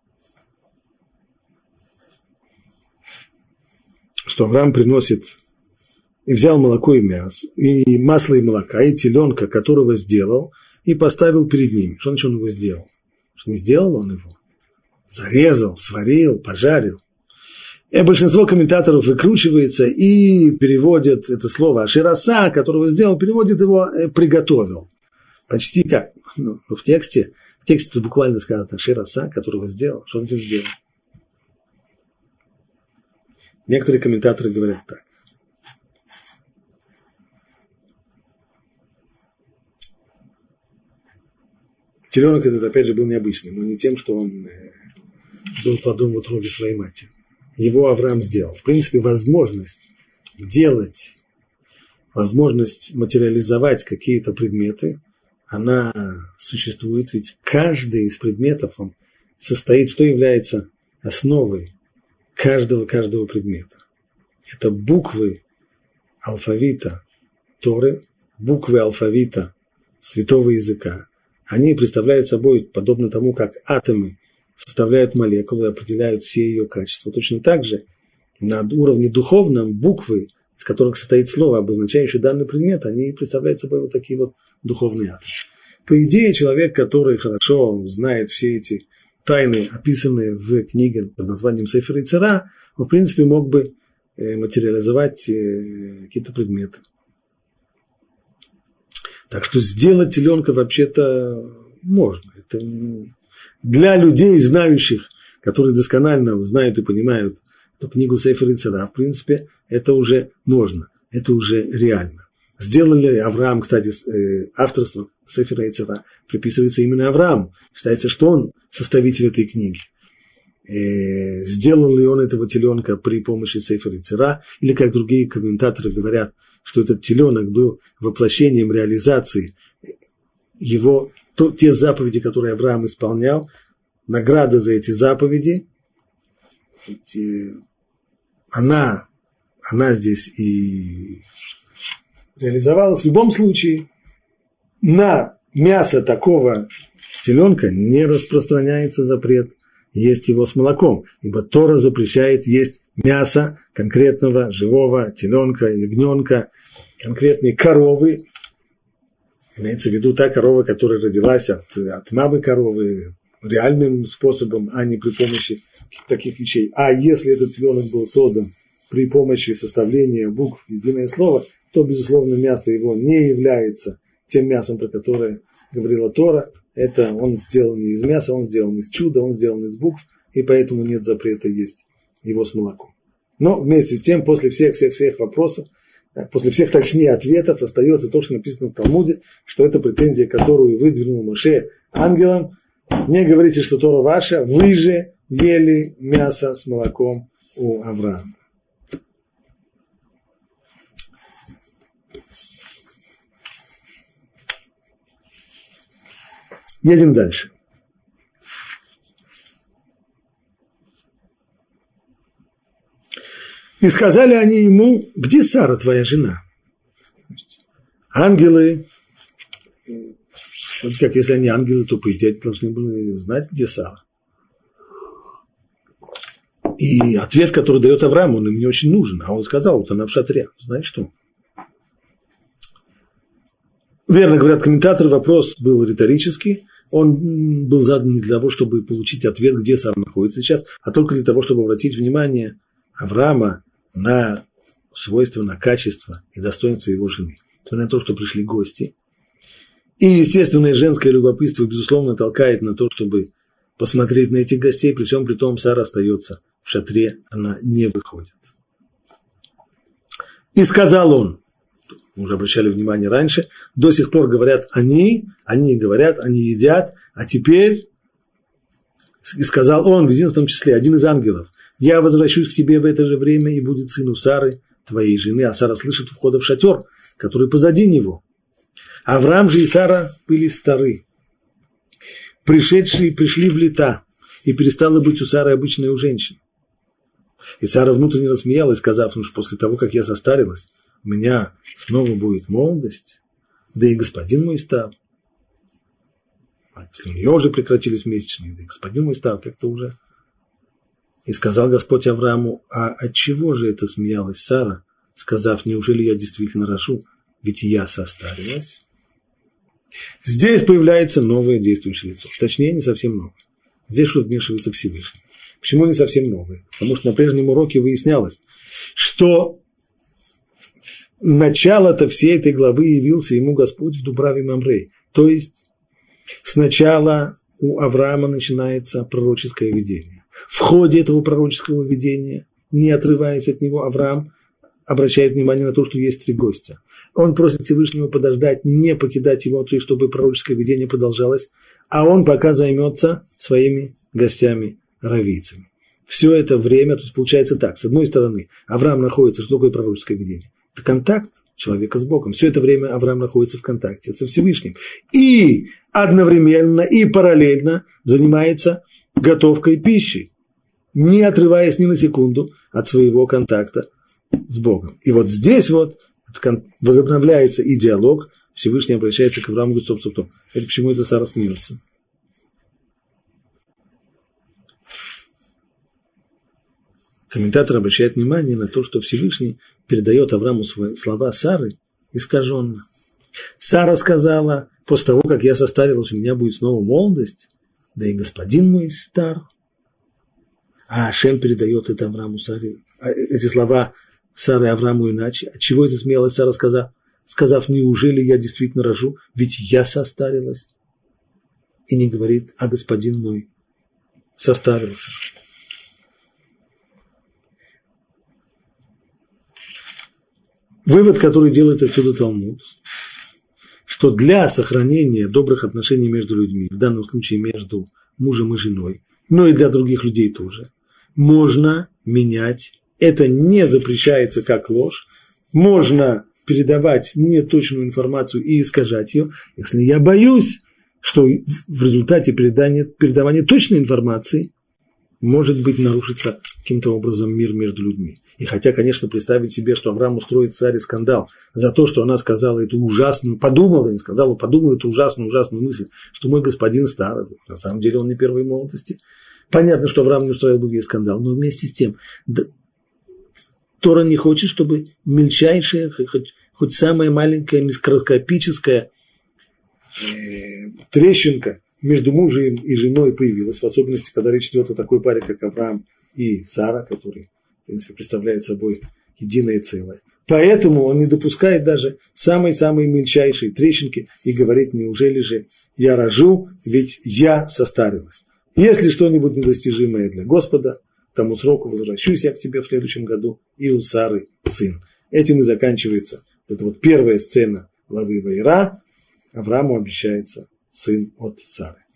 что Авраам приносит и взял молоко и мясо, и масло и молока, и теленка, которого сделал, и поставил перед ними. Что значит он его сделал? Что не сделал он его? Зарезал, сварил, пожарил. И большинство комментаторов выкручивается и переводят это слово «ашираса», которого сделал, переводит его «приготовил». Почти как, ну, в тексте, в тексте тут буквально сказано «ашираса», которого сделал. Что он этим сделал? Некоторые комментаторы говорят так. Теленок этот, опять же, был необычным, но не тем, что он был плодом в утробе своей матери. Его Авраам сделал. В принципе, возможность делать, возможность материализовать какие-то предметы, она существует, ведь каждый из предметов, он состоит, что является основой каждого, каждого предмета. Это буквы алфавита Торы, буквы алфавита святого языка. Они представляют собой, подобно тому, как атомы составляют молекулы и определяют все ее качества. Точно так же на уровне духовном буквы, из которых состоит слово, обозначающее данный предмет, они представляют собой вот такие вот духовные атомы. По идее, человек, который хорошо знает все эти тайны, описанные в книге под названием Сефер Йецера, он, в принципе, мог бы материализовать какие-то предметы. Так что сделать теленка вообще-то можно. Это для людей, знающих, которые досконально знают и понимают эту книгу Сефер Йецера, в принципе, это уже можно, это уже реально. Сделали Авраам, кстати, авторство Сефера Йецера приписывается именно Аврааму. Считается, что он составитель этой книги. Сделал ли он этого теленка при помощи Сефер Йецера, или, как другие комментаторы говорят, что этот теленок был воплощением реализации его, то, те заповеди, которые Авраам исполнял, награда за эти заповеди, эти, она, она здесь и реализовалась. В любом случае, на мясо такого теленка не распространяется запрет есть его с молоком, ибо Тора запрещает есть мясо конкретного живого теленка, ягненка, конкретной коровы. Имеется в виду та корова, которая родилась от, от мамы коровы реальным способом, а не при помощи таких вещей. А если этот теленок был создан при помощи составления букв в единое слово, то, безусловно, мясо его не является тем мясом, про которое говорила Тора. это он сделан не из мяса, он сделан из чуда, он сделан из букв, и поэтому нет запрета есть его с молоком. Но вместе с тем, после всех-всех-всех вопросов, после всех, точнее, ответов, остается то, что написано в Талмуде, что это претензия, которую выдвинул Моше ангелам. Не говорите, что Тора ваша, вы же ели мясо с молоком у Авраама. Едем дальше. И сказали они ему: где Сара, твоя жена? Ангелы, вот как если они ангелы, то по идее должны были знать, где Сара. И ответ, который дает Авраам, он им не очень нужен. А он сказал: вот она в шатре. Знаешь что? Верно говорят комментаторы, вопрос был риторический. Он был задан не для того, чтобы получить ответ, где Сара находится сейчас, а только для того, чтобы обратить внимание Авраама на свойства, на качество и достоинство его жены. Несмотря на то, что пришли гости. И естественное женское любопытство, безусловно, толкает на то, чтобы посмотреть на этих гостей. При всем при том, Сара остается в шатре, она не выходит. И сказал он, мы уже обращали внимание раньше, до сих пор говорят они, они говорят, они едят, а теперь, и сказал он, в единственном числе, один из ангелов: я возвращусь к тебе в это же время, и будет сын у Сары, твоей жены. А Сара слышит у входа в шатер, который позади него. Авраам же и Сара были стары, пришедшие пришли в лета, и перестала быть у Сары обычной у женщин. И Сара внутренне рассмеялась, сказав: ну, что после того, как я состарилась, у меня снова будет молодость, да и господин мой стар. А если у нее уже прекратились месячные, да и господин мой стар, как-то уже. И сказал Господь Аврааму: а от чего же это смеялась Сара, сказав: неужели я действительно рожу, ведь я состарилась? Здесь появляется новое действующее лицо. Точнее, не совсем новое. Здесь что-то вмешивается Всевышний. Почему не совсем новое? Потому что на прежнем уроке выяснялось, что начало-то всей этой главы явился ему Господь в Дубраве Мамрей. То есть сначала у Авраама начинается пророческое видение. В ходе этого пророческого видения, не отрываясь от него, Авраам обращает внимание на то, что есть три гостя. Он просит Всевышнего подождать, не покидать его, чтобы пророческое видение продолжалось, а он пока займется своими гостями-раввийцами. Все это время, то есть получается так, с одной стороны, Авраам находится, что такое пророческое видение? Это контакт человека с Богом. Все это время Авраам находится в контакте со Всевышним. И одновременно, и параллельно занимается готовкой пищи, не отрываясь ни на секунду от своего контакта с Богом. И вот здесь вот возобновляется и диалог, Всевышний обращается к Аврааму и говорит: стоп, стоп, стоп, это почему это Сара смеется? Комментатор обращает внимание на то, что Всевышний передает Аврааму свои слова Сары искаженно. Сара сказала: после того, как я состарилась, у меня будет снова молодость, да и господин мой стар. А Ашем передает это Аврааму Саре, эти слова Сары Аврааму иначе. От чего это смелость Сара, сказав, сказав: неужели я действительно рожу, ведь я состарилась? И не говорит: а господин мой состарился. Вывод, который делает отсюда Талмуд, что для сохранения добрых отношений между людьми, в данном случае между мужем и женой, но и для других людей тоже, можно менять. Это не запрещается как ложь. Можно передавать неточную информацию и искажать ее, если я боюсь, что в результате передания, передавания точной информации может быть нарушится каким-то образом мир между людьми. И хотя, конечно, представить себе, что Авраам устроит Саре скандал за то, что она сказала эту ужасную, подумала, не сказала, подумала эту ужасную, ужасную мысль, что мой господин старый, на самом деле он не первой молодости. Понятно, что Авраам не устроил бы ей скандал, но вместе с тем, да, Тора не хочет, чтобы мельчайшая, хоть, хоть самая маленькая микроскопическая э, трещинка между мужем и женой появилась, в особенности, когда речь идет о такой паре, как Авраам и Сара, которые, в принципе, представляют собой единое целое. Поэтому он не допускает даже самой-самой мельчайшей трещинки и говорит: неужели же я рожу, ведь я состарилась. Если что-нибудь недостижимое для Господа, к тому сроку возвращусь я к тебе в следующем году, и у Сары сын. Этим и заканчивается эта вот первая сцена главы Ваира. Аврааму обещается сын от Сары.